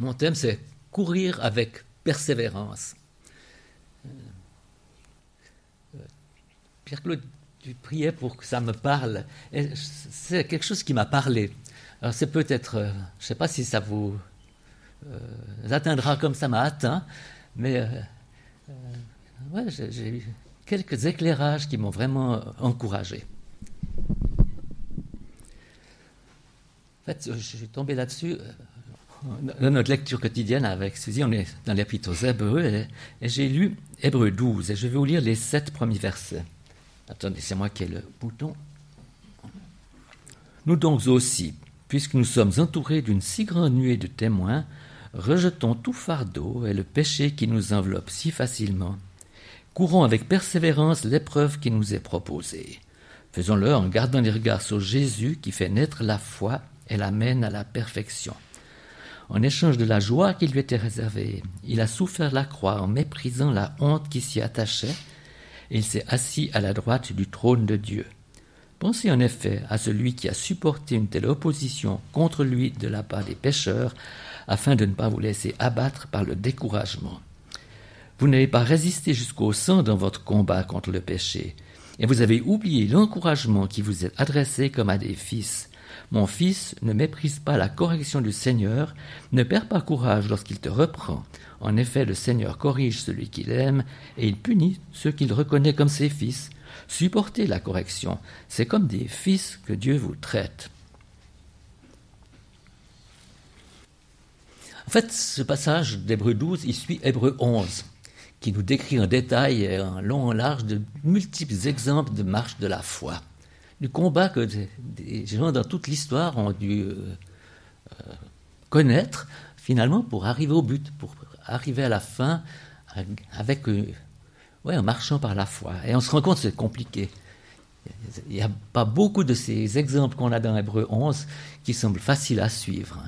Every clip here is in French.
Mon thème, c'est courir avec persévérance. Pierre-Claude, tu priais pour que ça me parle. Et c'est quelque chose qui m'a parlé. Alors c'est peut-être, je ne sais pas si ça vous atteindra comme ça m'a atteint, mais ouais, j'ai eu quelques éclairages qui m'ont vraiment encouragé. En fait, je suis tombé là-dessus. Dans notre lecture quotidienne avec Suzy, on est dans l'Épître aux Hébreux, et j'ai lu Hébreux 12, et je vais vous lire les 7 premiers versets. Attendez, c'est moi qui ai le bouton. Nous donc aussi, puisque nous sommes entourés d'une si grande nuée de témoins, rejetons tout fardeau et le péché qui nous enveloppe si facilement. Courons avec persévérance l'épreuve qui nous est proposée. Faisons-le en gardant les regards sur Jésus qui fait naître la foi et la mène à la perfection. En échange de la joie qui lui était réservée, il a souffert la croix en méprisant la honte qui s'y attachait, et il s'est assis à la droite du trône de Dieu. Pensez en effet à celui qui a supporté une telle opposition contre lui de la part des pécheurs, afin de ne pas vous laisser abattre par le découragement. Vous n'avez pas résisté jusqu'au sang dans votre combat contre le péché, et vous avez oublié l'encouragement qui vous est adressé comme à des fils. Mon fils, ne méprise pas la correction du Seigneur, ne perds pas courage lorsqu'il te reprend. En effet, le Seigneur corrige celui qu'il aime, et il punit ceux qu'il reconnaît comme ses fils. Supportez la correction, c'est comme des fils que Dieu vous traite. En fait, ce passage d'Hébreux 12, il suit Hébreux 11, qui nous décrit en détail et en long et en large de multiples exemples de marche de la foi. Du combat que des gens dans toute l'histoire ont dû connaître, finalement, pour arriver au but, pour arriver à la fin avec, en marchant par la foi. Et on se rend compte que c'est compliqué. Il n'y a pas beaucoup de ces exemples qu'on a dans Hébreux 11 qui semblent faciles à suivre.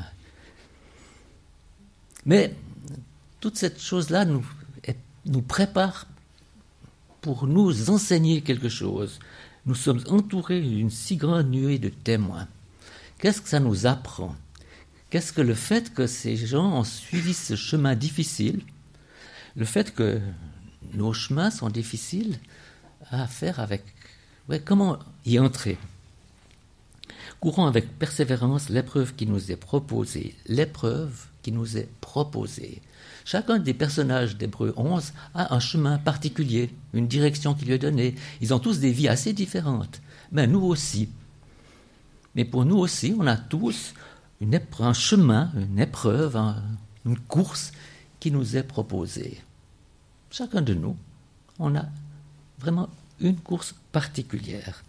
Mais toute cette chose-là nous prépare pour nous enseigner quelque chose. Nous sommes entourés d'une si grande nuée de témoins. Qu'est-ce que ça nous apprend? Qu'est-ce que le fait que ces gens ont suivi ce chemin difficile, le fait que nos chemins sont difficiles à faire avec... comment y entrer? Courons avec persévérance l'épreuve qui nous est proposée. L'épreuve qui nous est proposée. Chacun des personnages d'Hébreux 11 a un chemin particulier, une direction qui lui est donnée. Ils ont tous des vies assez différentes. Mais nous aussi. Mais pour nous aussi, on a tous un chemin, une épreuve, une course qui nous est proposée. Chacun de nous, on a vraiment une course particulière.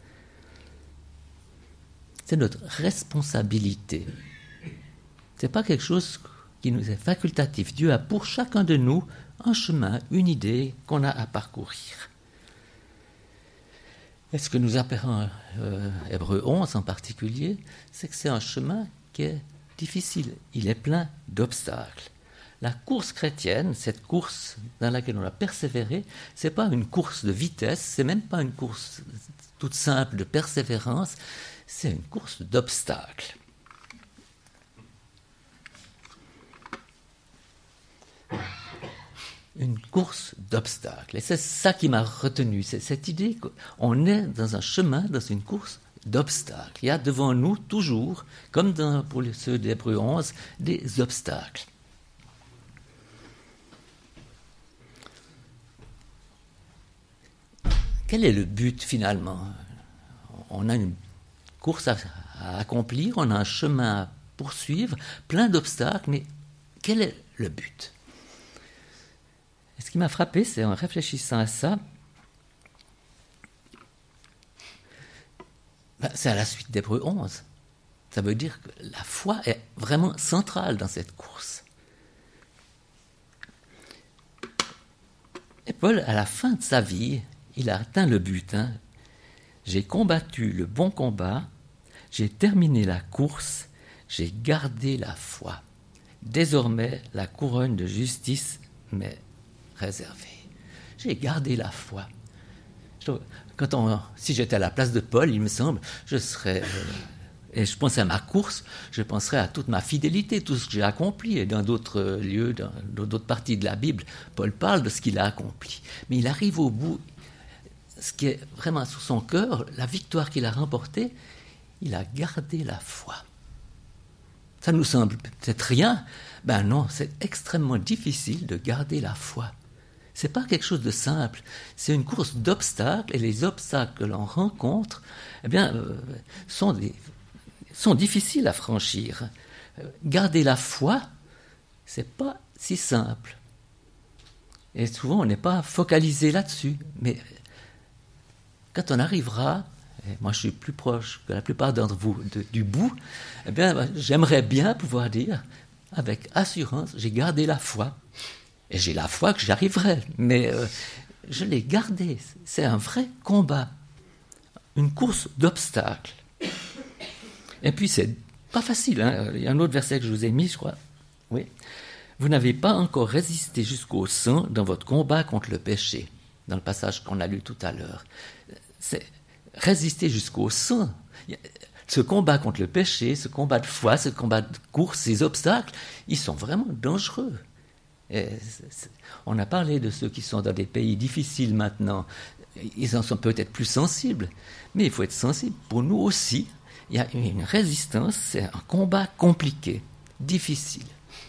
C'est notre responsabilité. Ce n'est pas quelque chose qui nous est facultatif. Dieu a pour chacun de nous un chemin, une idée qu'on a à parcourir. Et ce que nous appelons Hébreux 11 en particulier, c'est que c'est un chemin qui est difficile. Il est plein d'obstacles. La course chrétienne, cette course dans laquelle on a persévéré, ce n'est pas une course de vitesse, ce n'est même pas une course toute simple de persévérance, c'est une course d'obstacles. Une course d'obstacles. Et c'est ça qui m'a retenu, c'est cette idée qu'on est dans un chemin, dans une course d'obstacles. Il y a devant nous toujours, comme pour ceux d'Hébreux 11, des obstacles. Quel est le but finalement? On a une course à accomplir, on a un chemin à poursuivre, plein d'obstacles, mais quel est le but? Et ce qui m'a frappé, c'est en réfléchissant à ça, c'est à la suite d'Hébreux 11. Ça veut dire que la foi est vraiment centrale dans cette course. Et Paul, à la fin de sa vie, il a atteint le but. J'ai combattu le bon combat, j'ai terminé la course, j'ai gardé la foi. Désormais, la couronne de justice m'est réservée. J'ai gardé la foi. Si j'étais à la place de Paul, il me semble, je serais Et je pense à ma course, je penserai à toute ma fidélité, tout ce que j'ai accompli. Et dans d'autres lieux, dans d'autres parties de la Bible, Paul parle de ce qu'il a accompli. Mais il arrive au bout, ce qui est vraiment sur son cœur, la victoire qu'il a remportée, il a gardé la foi. Ça nous semble peut-être rien. Ben non, c'est extrêmement difficile de garder la foi. C'est pas quelque chose de simple. C'est une course d'obstacles, et les obstacles que l'on rencontre, eh bien, sont difficiles à franchir. Garder la foi, c'est pas si simple. Et souvent, on n'est pas focalisé là-dessus. Mais quand on arrivera, et moi je suis plus proche que la plupart d'entre vous du bout, eh bien, j'aimerais bien pouvoir dire, avec assurance, j'ai gardé la foi. Et j'ai la foi que j'y arriverai. Mais je l'ai gardée. C'est un vrai combat. Une course d'obstacles. Et puis, c'est pas facile. Hein. Il y a un autre verset que je vous ai mis, je crois. Oui. Vous n'avez pas encore résisté jusqu'au sang dans votre combat contre le péché. Dans le passage qu'on a lu tout à l'heure. C'est résister jusqu'au sang. Ce combat contre le péché, ce combat de foi, ce combat de course, ces obstacles, ils sont vraiment dangereux. Et on a parlé de ceux qui sont dans des pays difficiles maintenant. Ils en sont peut-être plus sensibles. Mais il faut être sensible. Pour nous aussi, il y a une résistance, c'est un combat compliqué, difficile.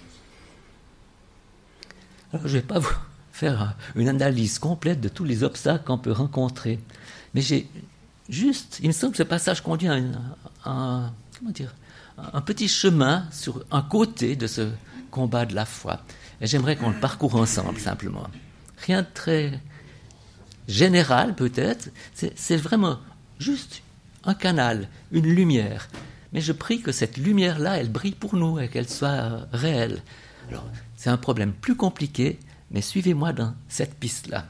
Alors, je ne vais pas vous faire une analyse complète de tous les obstacles qu'on peut rencontrer. Mais il me semble que ce passage conduit à un petit chemin sur un côté de ce combat de la foi. Et j'aimerais qu'on le parcourt ensemble, simplement. Rien de très général, peut-être. C'est vraiment juste un canal, une lumière. Mais je prie que cette lumière-là, elle brille pour nous et qu'elle soit réelle. Alors, c'est un problème plus compliqué, mais suivez-moi dans cette piste-là.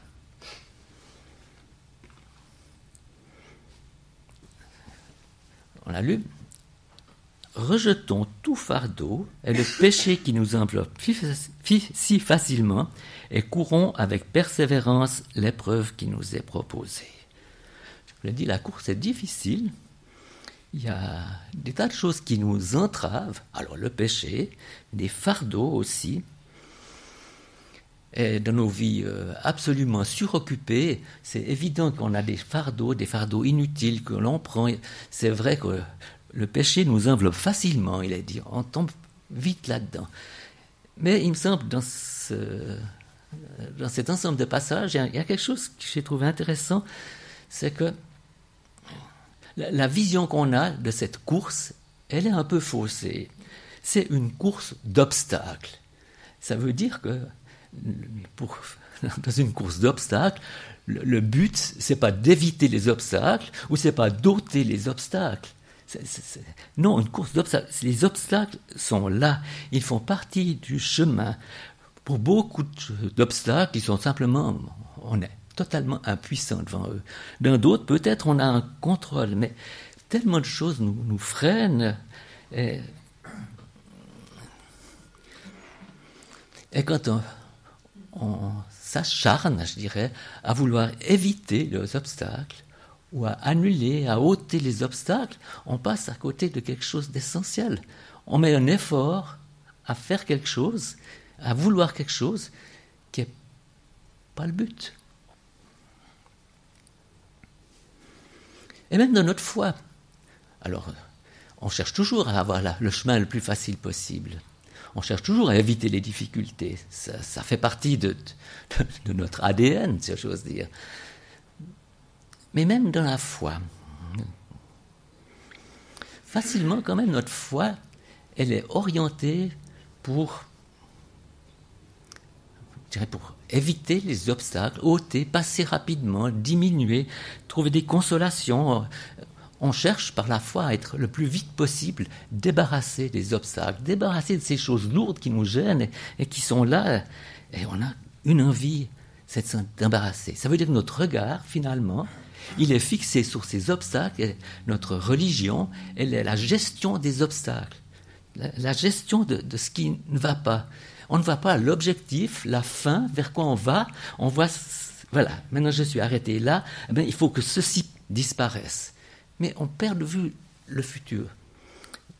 On l'a lu. Rejetons tout fardeau et le péché qui nous enveloppe si facilement et courons avec persévérance l'épreuve qui nous est proposée. Je vous l'ai dit, la course est difficile. Il y a des tas de choses qui nous entravent. Alors le péché, des fardeaux aussi. Et dans nos vies absolument suroccupées, c'est évident qu'on a des fardeaux inutiles que l'on prend. C'est vrai que le péché nous enveloppe facilement, il est dit, on tombe vite là-dedans. Mais il me semble, dans cet ensemble de passages, il y a quelque chose que j'ai trouvé intéressant, c'est que la vision qu'on a de cette course, elle est un peu faussée. C'est une course d'obstacles. Ça veut dire que dans une course d'obstacles, le but, c'est pas d'éviter les obstacles ou c'est pas d'ôter les obstacles. Non, une course d'obstacles. Les obstacles sont là. Ils font partie du chemin. Pour beaucoup d'obstacles, ils sont simplement, on est totalement impuissant devant eux. Dans d'autres, peut-être, on a un contrôle, mais tellement de choses nous freinent. Et quand on s'acharne, je dirais, à vouloir éviter les obstacles, ou à annuler, à ôter les obstacles, on passe à côté de quelque chose d'essentiel. On met un effort à faire quelque chose, à vouloir quelque chose qui n'est pas le but. Et même dans notre foi. Alors, on cherche toujours à avoir le chemin le plus facile possible. On cherche toujours à éviter les difficultés. Ça fait partie de notre ADN, si j'ose dire. Mais même dans la foi, facilement quand même notre foi, elle est orientée pour éviter les obstacles, ôter, passer rapidement, diminuer, trouver des consolations. On cherche par la foi à être le plus vite possible débarrassé des obstacles, débarrassé de ces choses lourdes qui nous gênent et qui sont là. Et on a une envie, c'est de s'en débarrasser. Ça veut dire que notre regard, finalement, il est fixé sur ces obstacles. Et notre religion, elle est la gestion des obstacles, la gestion de ce qui ne va pas. On ne va pas à l'objectif, la fin, vers quoi on va. On voit, voilà, maintenant je suis arrêté là, il faut que ceci disparaisse. Mais on perd de vue le futur.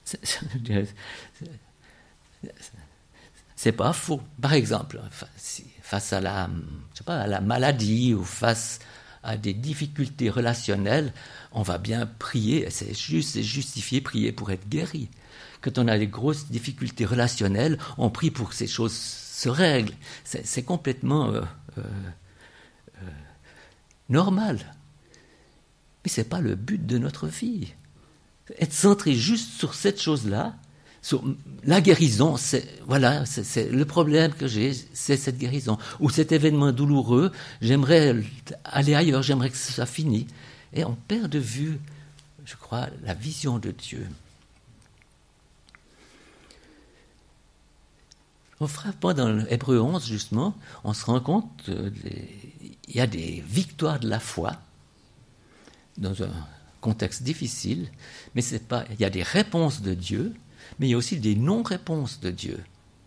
C'est pas faux. Par exemple, face à la maladie ou face à des difficultés relationnelles, on va bien prier, c'est justifié, prier pour être guéri. Quand on a des grosses difficultés relationnelles, on prie pour que ces choses se règlent. C'est complètement normal. Mais ce n'est pas le but de notre vie. Être centré juste sur cette chose-là, sur la guérison, c'est le problème que j'ai, c'est cette guérison. Ou cet événement douloureux, j'aimerais aller ailleurs, j'aimerais que ça finisse. Et on perd de vue, je crois, la vision de Dieu. En frappant dans Hébreux 11, justement, on se rend compte qu'il y a des victoires de la foi dans un contexte difficile, mais c'est pas. Il y a des réponses de Dieu, mais il y a aussi des non-réponses de Dieu.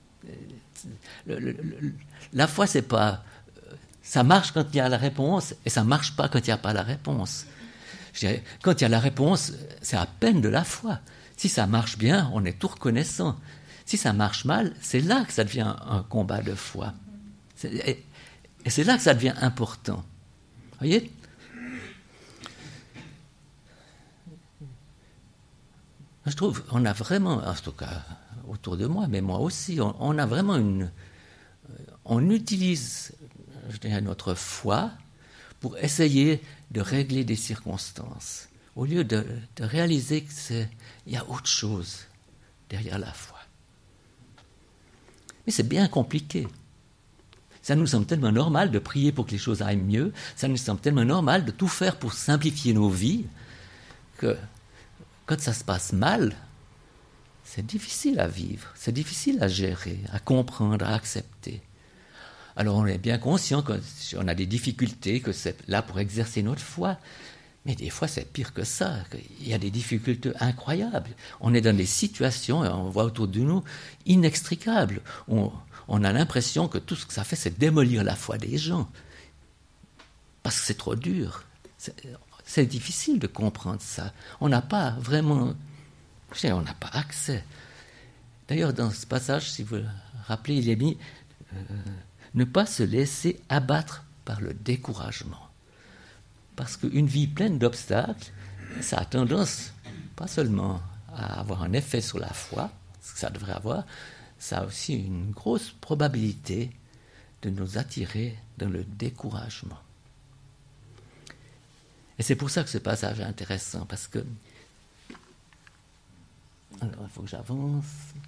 La foi, c'est pas. Ça marche quand il y a la réponse, et ça marche pas quand il n'y a pas la réponse. Je dirais, quand il y a la réponse, c'est à peine de la foi. Si ça marche bien, on est tout reconnaissant. Si ça marche mal, c'est là que ça devient un combat de foi. Et c'est là que ça devient important. Vous voyez ? Je trouve qu'on a vraiment, en tout cas autour de moi, mais moi aussi, on a vraiment on utilise, je dirais, notre foi pour essayer de régler des circonstances, au lieu de réaliser qu'il y a autre chose derrière la foi. Mais c'est bien compliqué. Ça nous semble tellement normal de prier pour que les choses aillent mieux, ça nous semble tellement normal de tout faire pour simplifier nos vies, que quand ça se passe mal, c'est difficile à vivre, c'est difficile à gérer, à comprendre, à accepter. Alors on est bien conscient qu'on a des difficultés, que c'est là pour exercer notre foi, mais des fois c'est pire que ça, il y a des difficultés incroyables. On est dans des situations, et on voit autour de nous, inextricables. On a l'impression que tout ce que ça fait, c'est démolir la foi des gens, parce que c'est trop dur. C'est difficile de comprendre ça. On n'a pas vraiment... on n'a pas accès. D'ailleurs, dans ce passage, si vous vous rappelez, il est mis ne pas se laisser abattre par le découragement. Parce qu'une vie pleine d'obstacles, ça a tendance, pas seulement à avoir un effet sur la foi, ce que ça devrait avoir, ça a aussi une grosse probabilité de nous attirer dans le découragement. Et c'est pour ça que ce passage est intéressant, parce que... Alors, il faut que j'avance.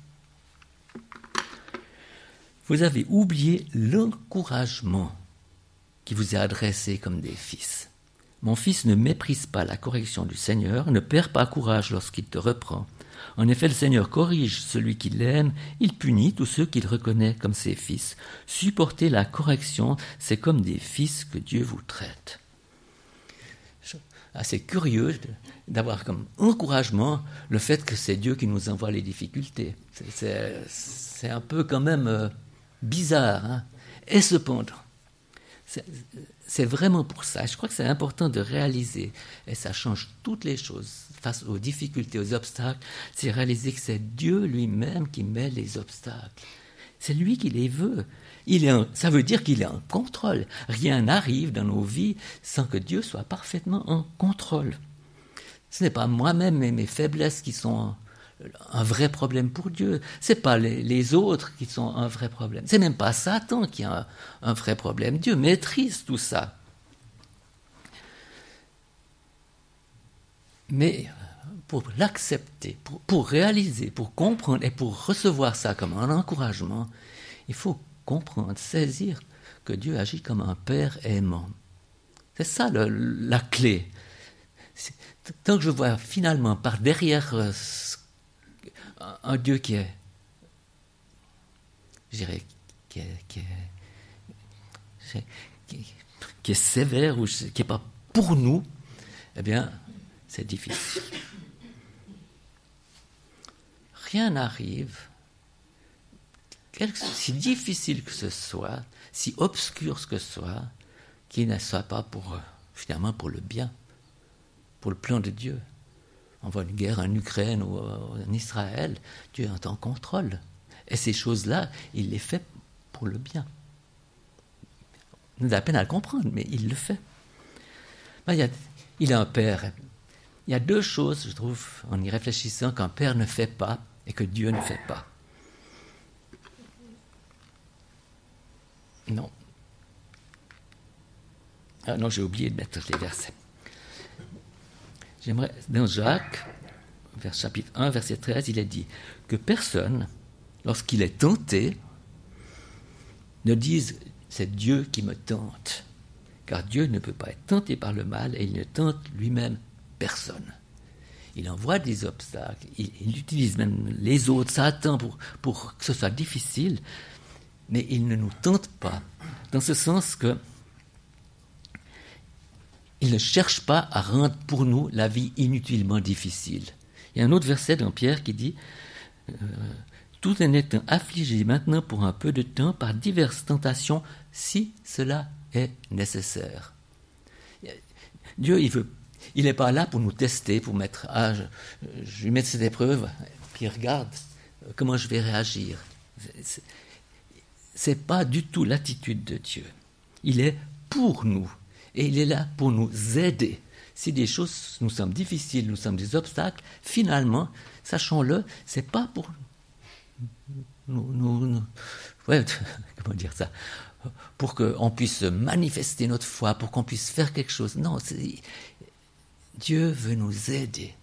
Vous avez oublié l'encouragement qui vous est adressé comme des fils. Mon fils, ne méprise pas la correction du Seigneur, ne perd pas courage lorsqu'il te reprend. En effet, le Seigneur corrige celui qui l'aime, il punit tous ceux qu'il reconnaît comme ses fils. Supporter la correction, c'est comme des fils que Dieu vous traite. Assez curieux d'avoir comme encouragement le fait que c'est Dieu qui nous envoie les difficultés. C'est un peu quand même bizarre, hein. Et cependant, c'est vraiment pour ça. Je crois que c'est important de réaliser, et ça change toutes les choses face aux difficultés, aux obstacles, c'est réaliser que c'est Dieu lui-même qui met les obstacles. C'est lui qui les veut. Ça veut dire qu'il est en contrôle. Rien n'arrive dans nos vies sans que Dieu soit parfaitement en contrôle. Ce n'est pas moi-même et mes faiblesses qui sont un vrai problème pour Dieu. Ce n'est pas les autres qui sont un vrai problème. Ce n'est même pas Satan qui a un vrai problème. Dieu maîtrise tout ça. Mais pour l'accepter, pour réaliser, pour comprendre et pour recevoir ça comme un encouragement, il faut comprendre, saisir que Dieu agit comme un père aimant. C'est ça la clé. Tant que je vois finalement par derrière un Dieu qui est, je dirais, qui est sévère ou qui n'est pas pour nous, eh bien, c'est difficile. Rien n'arrive, si difficile que ce soit, si obscur que ce soit, qui ne soit pas finalement pour le bien, pour le plan de Dieu, on voit une guerre en Ukraine ou en Israël, Dieu est en contrôle. Et ces choses-là, il les fait pour le bien. On a la peine à le comprendre, mais il le fait. Ben, il est un père. Il y a deux choses, je trouve, en y réfléchissant, qu'un père ne fait pas et que Dieu ne fait pas. Non. Ah non, j'ai oublié de mettre les versets. J'aimerais, dans Jacques, chapitre 1, verset 13, il est dit que personne, lorsqu'il est tenté, ne dise « c'est Dieu qui me tente ». Car Dieu ne peut pas être tenté par le mal et il ne tente lui-même personne. Il envoie des obstacles, il utilise même les autres, Satan, pour que ce soit difficile, mais il ne nous tente pas, dans ce sens que il ne cherche pas à rendre pour nous la vie inutilement difficile. Il y a un autre verset dans Pierre qui dit « Tout en étant affligé maintenant pour un peu de temps par diverses tentations, si cela est nécessaire. » Dieu, il n'est pas là pour nous tester, pour mettre je lui mets cette épreuve, puis regarde comment je vais réagir. C'est pas du tout l'attitude de Dieu. Il est pour nous. Et il est là pour nous aider. Si des choses nous semblent difficiles, nous semblent des obstacles, finalement, sachons-le, c'est pas pour nous comment dire ça, pour qu'on puisse manifester notre foi, pour qu'on puisse faire quelque chose. Non, Dieu veut nous aider.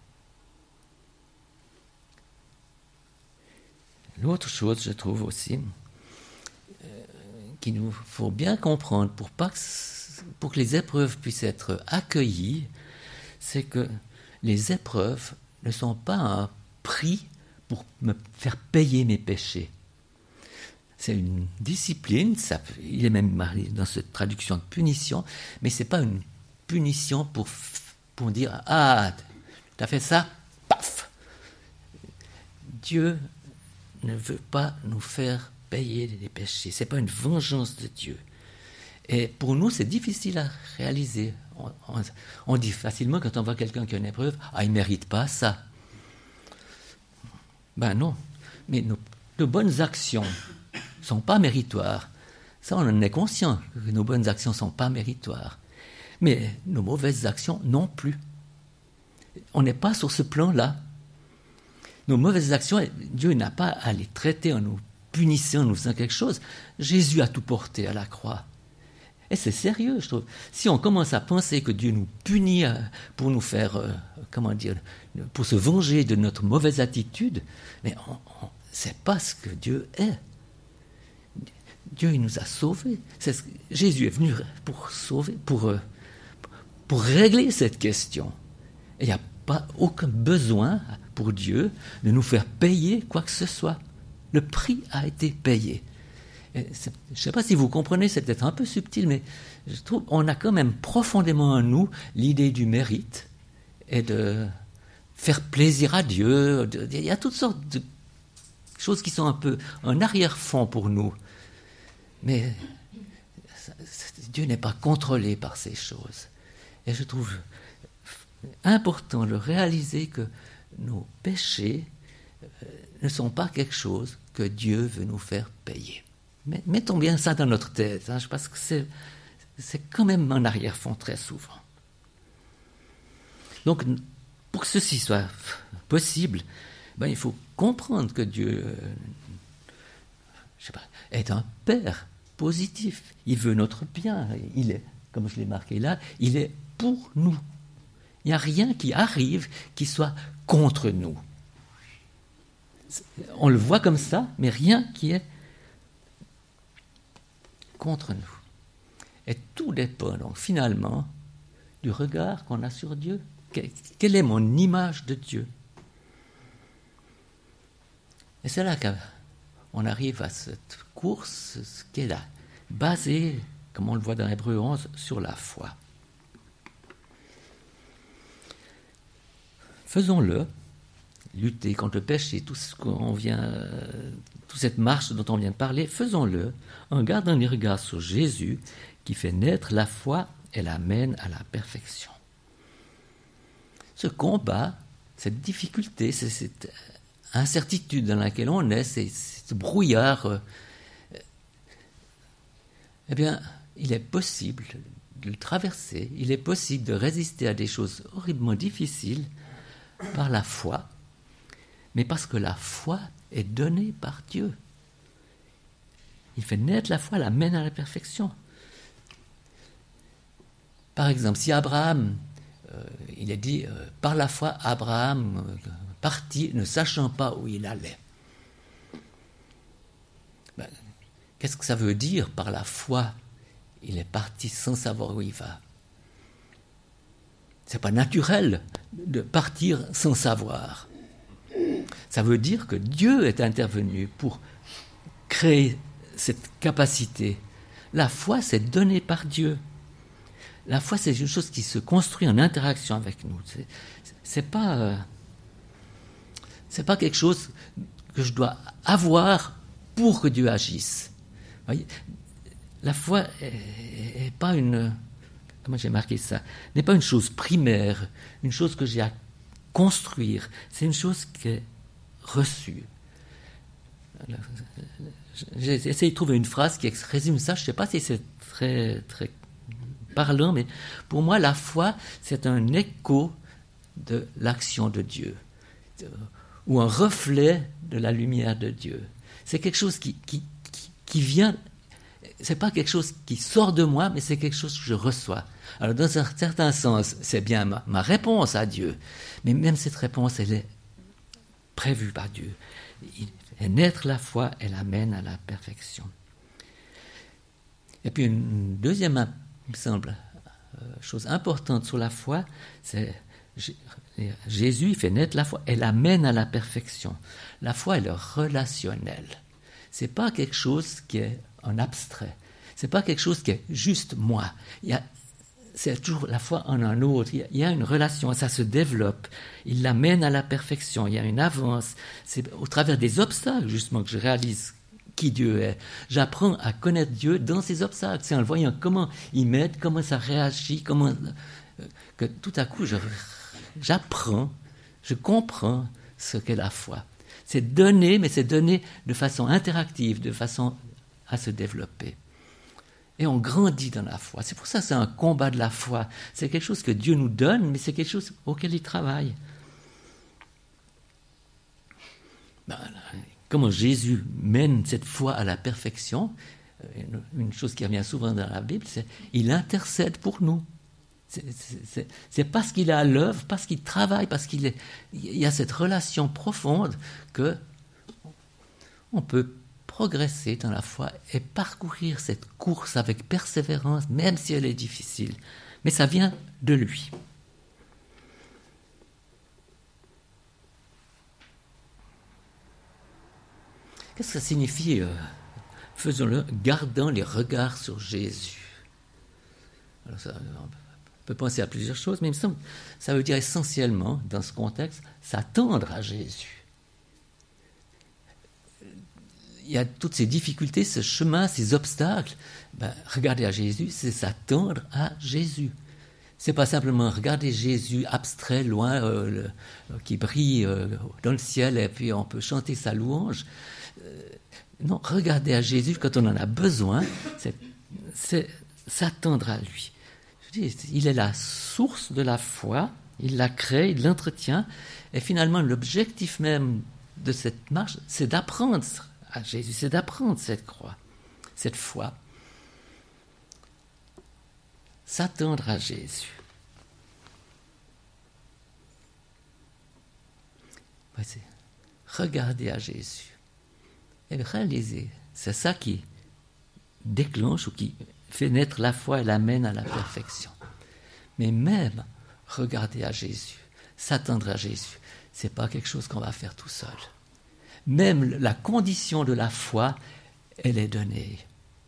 L'autre chose, je trouve aussi, qu'il nous faut bien comprendre pour que les épreuves puissent être accueillies, c'est que les épreuves ne sont pas un prix pour me faire payer mes péchés. C'est une discipline, il est même dans cette traduction de punition, mais ce n'est pas une punition pour dire « Ah, tu as fait ça, paf !» Dieu ne veut pas nous faire payer les péchés, ce n'est pas une vengeance de Dieu. Et pour nous, c'est difficile à réaliser. On dit facilement, quand on voit quelqu'un qui a une épreuve, « Ah, il ne mérite pas ça. » Ben non, mais nos bonnes actions ne sont pas méritoires. Ça, on en est conscient, que nos bonnes actions ne sont pas méritoires. Mais nos mauvaises actions non plus. On n'est pas sur ce plan-là. Nos mauvaises actions, Dieu n'a pas à les traiter en nous punissant, en nous faisant quelque chose. Jésus a tout porté à la croix. Et c'est sérieux, je trouve. Si on commence à penser que Dieu nous punit pour nous faire, pour se venger de notre mauvaise attitude, mais c'est pas ce que Dieu est. Dieu, il nous a sauvés. Jésus est venu pour sauver, pour régler cette question. Et il n'y a pas aucun besoin pour Dieu de nous faire payer quoi que ce soit. Le prix a été payé. Je ne sais pas si vous comprenez, c'est peut-être un peu subtil, mais je trouve qu'on a quand même profondément en nous l'idée du mérite et de faire plaisir à Dieu. Il y a toutes sortes de choses qui sont un peu en arrière-fond pour nous. Mais Dieu n'est pas contrôlé par ces choses. Et je trouve important de réaliser que nos péchés ne sont pas quelque chose que Dieu veut nous faire payer. Mais mettons bien ça dans notre tête, parce que c'est quand même en arrière-fond très souvent. Donc, pour que ceci soit possible, il faut comprendre que Dieu est un Père positif. Il veut notre bien. Il est, comme je l'ai marqué là, il est pour nous. Il n'y a rien qui arrive qui soit contre nous. On le voit comme ça, mais rien qui est contre nous. Et tout dépend donc finalement du regard qu'on a sur Dieu. Quelle est mon image de Dieu? Et c'est là qu'on arrive à cette course qui est là, basée, comme on le voit dans Hébreux 11, sur la foi. Faisons-le, lutter contre le péché, toute cette marche dont on vient de parler, faisons-le en gardant les regards sur Jésus qui fait naître la foi et la mène à la perfection. Ce combat, cette difficulté, cette incertitude dans laquelle on est, ce brouillard, eh bien, il est possible de le traverser, il est possible de résister à des choses horriblement difficiles par la foi, mais parce que la foi est donnée par Dieu. Il fait naître la foi, la mène à la perfection. Par exemple, si Abraham, il est dit, par la foi, Abraham partit ne sachant pas où il allait. Ben, qu'est-ce que ça veut dire par la foi? Il est parti sans savoir où il va. C'est pas naturel de partir sans savoir. Ça veut dire que Dieu est intervenu pour créer cette capacité. La foi, c'est donné par Dieu. La foi, c'est une chose qui se construit en interaction avec nous. C'est pas quelque chose que je dois avoir pour que Dieu agisse. Vous voyez, la foi est pas une... Comment j'ai marqué ça? N'est pas une chose primaire, une chose que j'ai à construire. C'est une chose qui est reçue. J'ai essayé de trouver une phrase qui résume ça. Je ne sais pas si c'est très, très parlant, mais pour moi, la foi, c'est un écho de l'action de Dieu, ou un reflet de la lumière de Dieu. C'est quelque chose qui vient... C'est pas quelque chose qui sort de moi, mais c'est quelque chose que je reçois. Alors, dans un certain sens, c'est bien ma réponse à Dieu. Mais même cette réponse, elle est prévue par Dieu. Et naître la foi, elle amène à la perfection. Et puis, une deuxième, il me semble, chose importante sur la foi, c'est Jésus, il fait naître la foi, elle amène à la perfection. La foi, elle est relationnelle. C'est pas quelque chose qui est en abstrait. C'est pas quelque chose qui est juste moi. C'est toujours la foi en un autre. Il y a une relation, ça se développe. Il l'amène à la perfection. Il y a une avance. C'est au travers des obstacles, justement, que je réalise qui Dieu est. J'apprends à connaître Dieu dans ces obstacles. C'est en le voyant comment il m'aide, comment ça réagit, que tout à coup, j'apprends, je comprends ce qu'est la foi. C'est donné, mais c'est donné de façon interactive, de façon à se développer. Et on grandit dans la foi. C'est pour ça que c'est un combat de la foi. C'est quelque chose que Dieu nous donne, mais c'est quelque chose auquel il travaille. Comment Jésus mène cette foi à la perfection? Une chose qui revient souvent dans la Bible, c'est qu'il intercède pour nous. C'est parce qu'il est à l'œuvre, parce qu'il travaille, parce qu'il y a cette relation profonde que on peut progresser dans la foi et parcourir cette course avec persévérance, même si elle est difficile. Mais ça vient de lui. Qu'est-ce que ça signifie faisons-le, gardant les regards sur Jésus? Alors ça, on peut penser à plusieurs choses, mais il me semble ça veut dire essentiellement, dans ce contexte, s'attendre à Jésus. Il y a toutes ces difficultés, ce chemin, ces obstacles. Regarder à Jésus, c'est s'attendre à Jésus. C'est pas simplement regarder Jésus abstrait, loin, qui brille dans le ciel, et puis on peut chanter sa louange. Non, regarder à Jésus quand on en a besoin, c'est s'attendre à lui. Je dis, il est la source de la foi, il la crée, il l'entretient, et finalement l'objectif même de cette marche, c'est d'apprendre à Jésus, c'est d'apprendre cette croix, cette foi. S'attendre à Jésus. C'est regarder à Jésus et réaliser. C'est ça qui déclenche ou qui fait naître la foi et l'amène à la perfection. Mais même regarder à Jésus, s'attendre à Jésus, c'est pas quelque chose qu'on va faire tout seul. Même la condition de la foi, elle est donnée.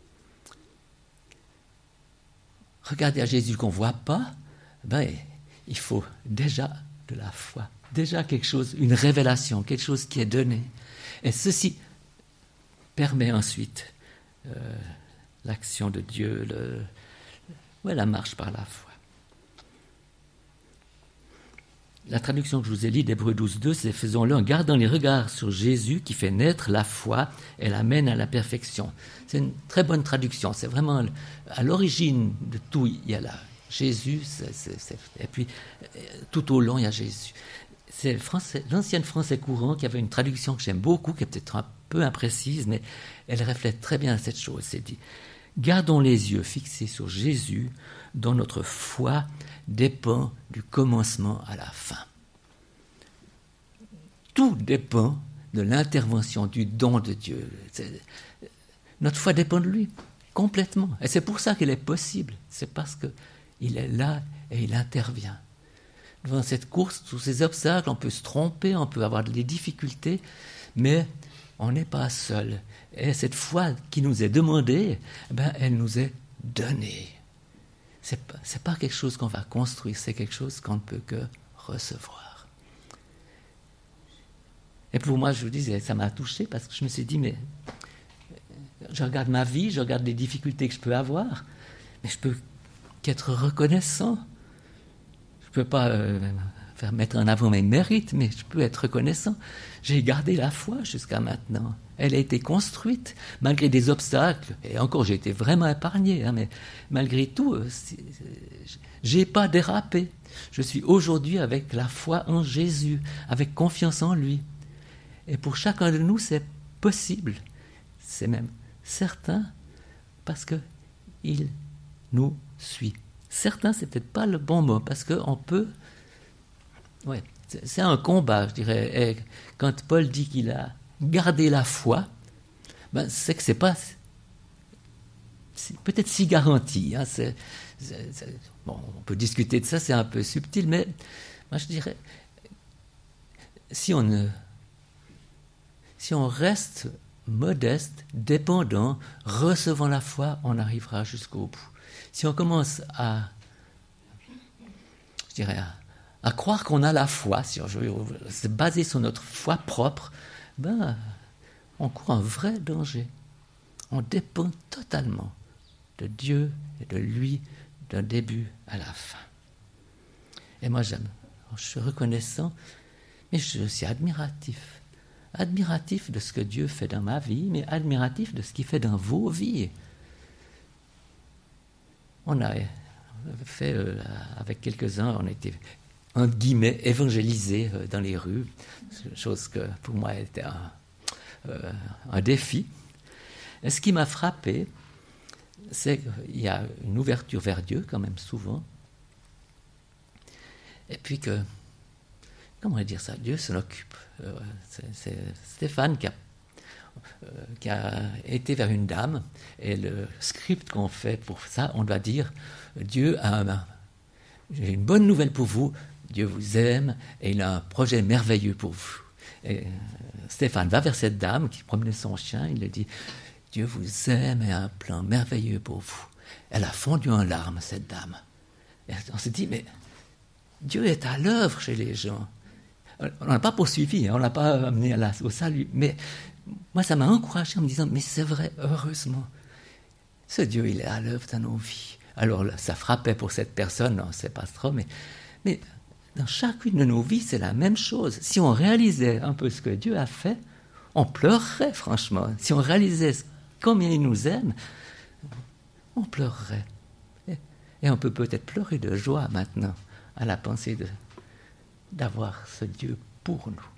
Regarder à Jésus qu'on ne voit pas, il faut déjà de la foi, déjà quelque chose, une révélation, quelque chose qui est donné. Et ceci permet ensuite l'action de Dieu, la marche par la foi. la traduction que je vous ai lue d'Hébreux 12.2, c'est « Faisons-le en gardant les regards sur Jésus qui fait naître la foi et l'amène à la perfection ». C'est une très bonne traduction. C'est vraiment à l'origine de tout, il y a là Jésus, et puis tout au long, il y a Jésus. C'est l'ancienne français courant qui avait une traduction que j'aime beaucoup, qui est peut-être un peu imprécise, mais elle reflète très bien cette chose. C'est dit « Gardons les yeux fixés sur Jésus, dont notre foi dépend du commencement à la fin. » Tout dépend de l'intervention, du don de Dieu. Notre foi dépend de lui, complètement. Et c'est pour ça qu'elle est possible. C'est parce qu'il est là et il intervient. Devant cette course, tous ces obstacles, on peut se tromper, on peut avoir des difficultés, mais on n'est pas seul. Et cette foi qui nous est demandée, elle nous est donnée. C'est pas quelque chose qu'on va construire, c'est quelque chose qu'on ne peut que recevoir. Et pour moi, je vous dis, ça m'a touché parce que je me suis dit, mais je regarde ma vie, je regarde les difficultés que je peux avoir, mais je peux qu'être reconnaissant. Je ne peux pas faire mettre en avant mes mérites, mais je peux être reconnaissant. J'ai gardé la foi jusqu'à maintenant. Elle a été construite malgré des obstacles. Et encore, j'ai été vraiment épargné, mais malgré tout, je n'ai pas dérapé. Je suis aujourd'hui avec la foi en Jésus, avec confiance en lui. Et pour chacun de nous, c'est possible. C'est même certain parce qu'il nous suit. Certain, c'est peut-être pas le bon mot, parce qu'on peut... Ouais, c'est un combat, je dirais. Et quand Paul dit qu'il a gardé la foi, c'est que c'est pas... C'est peut-être si garanti. Hein, bon, on peut discuter de ça, c'est un peu subtil, mais moi je dirais, si on reste modeste, dépendant, recevant la foi, on arrivera jusqu'au bout. Si on commence à croire qu'on a la foi, si on veut se baser sur notre foi propre, on court un vrai danger. On dépend totalement de Dieu et de lui d'un début à la fin. Et moi j'aime, je suis reconnaissant, mais je suis admiratif. Admiratif de ce que Dieu fait dans ma vie, mais admiratif de ce qu'il fait dans vos vies. On a fait, avec quelques-uns, on a été, entre guillemets, évangélisés dans les rues, chose que pour moi était un défi. Et ce qui m'a frappé, c'est qu'il y a une ouverture vers Dieu, quand même, souvent. Et puis que, comment dire ça, Dieu s'en occupe. C'est Stéphane qui a été vers une dame, et le script qu'on fait pour ça, on doit dire Dieu j'ai une bonne nouvelle pour vous, Dieu vous aime et il a un projet merveilleux pour vous. Et Stéphane va vers cette dame qui promenait son chien, il lui dit Dieu vous aime et a un plan merveilleux pour vous. Elle a fondu en larmes, cette dame. Et on s'est dit, mais Dieu est à l'œuvre chez les gens. On n'a pas poursuivi, on ne l'a pas amené au salut, mais moi, ça m'a encouragé en me disant, mais c'est vrai, heureusement, ce Dieu, il est à l'œuvre dans nos vies. Alors, là, ça frappait pour cette personne, on ne sait pas trop, mais dans chacune de nos vies, c'est la même chose. Si on réalisait un peu ce que Dieu a fait, on pleurerait, franchement. Si on réalisait combien il nous aime, on pleurerait. Et on peut peut-être pleurer de joie maintenant à la pensée d'avoir ce Dieu pour nous.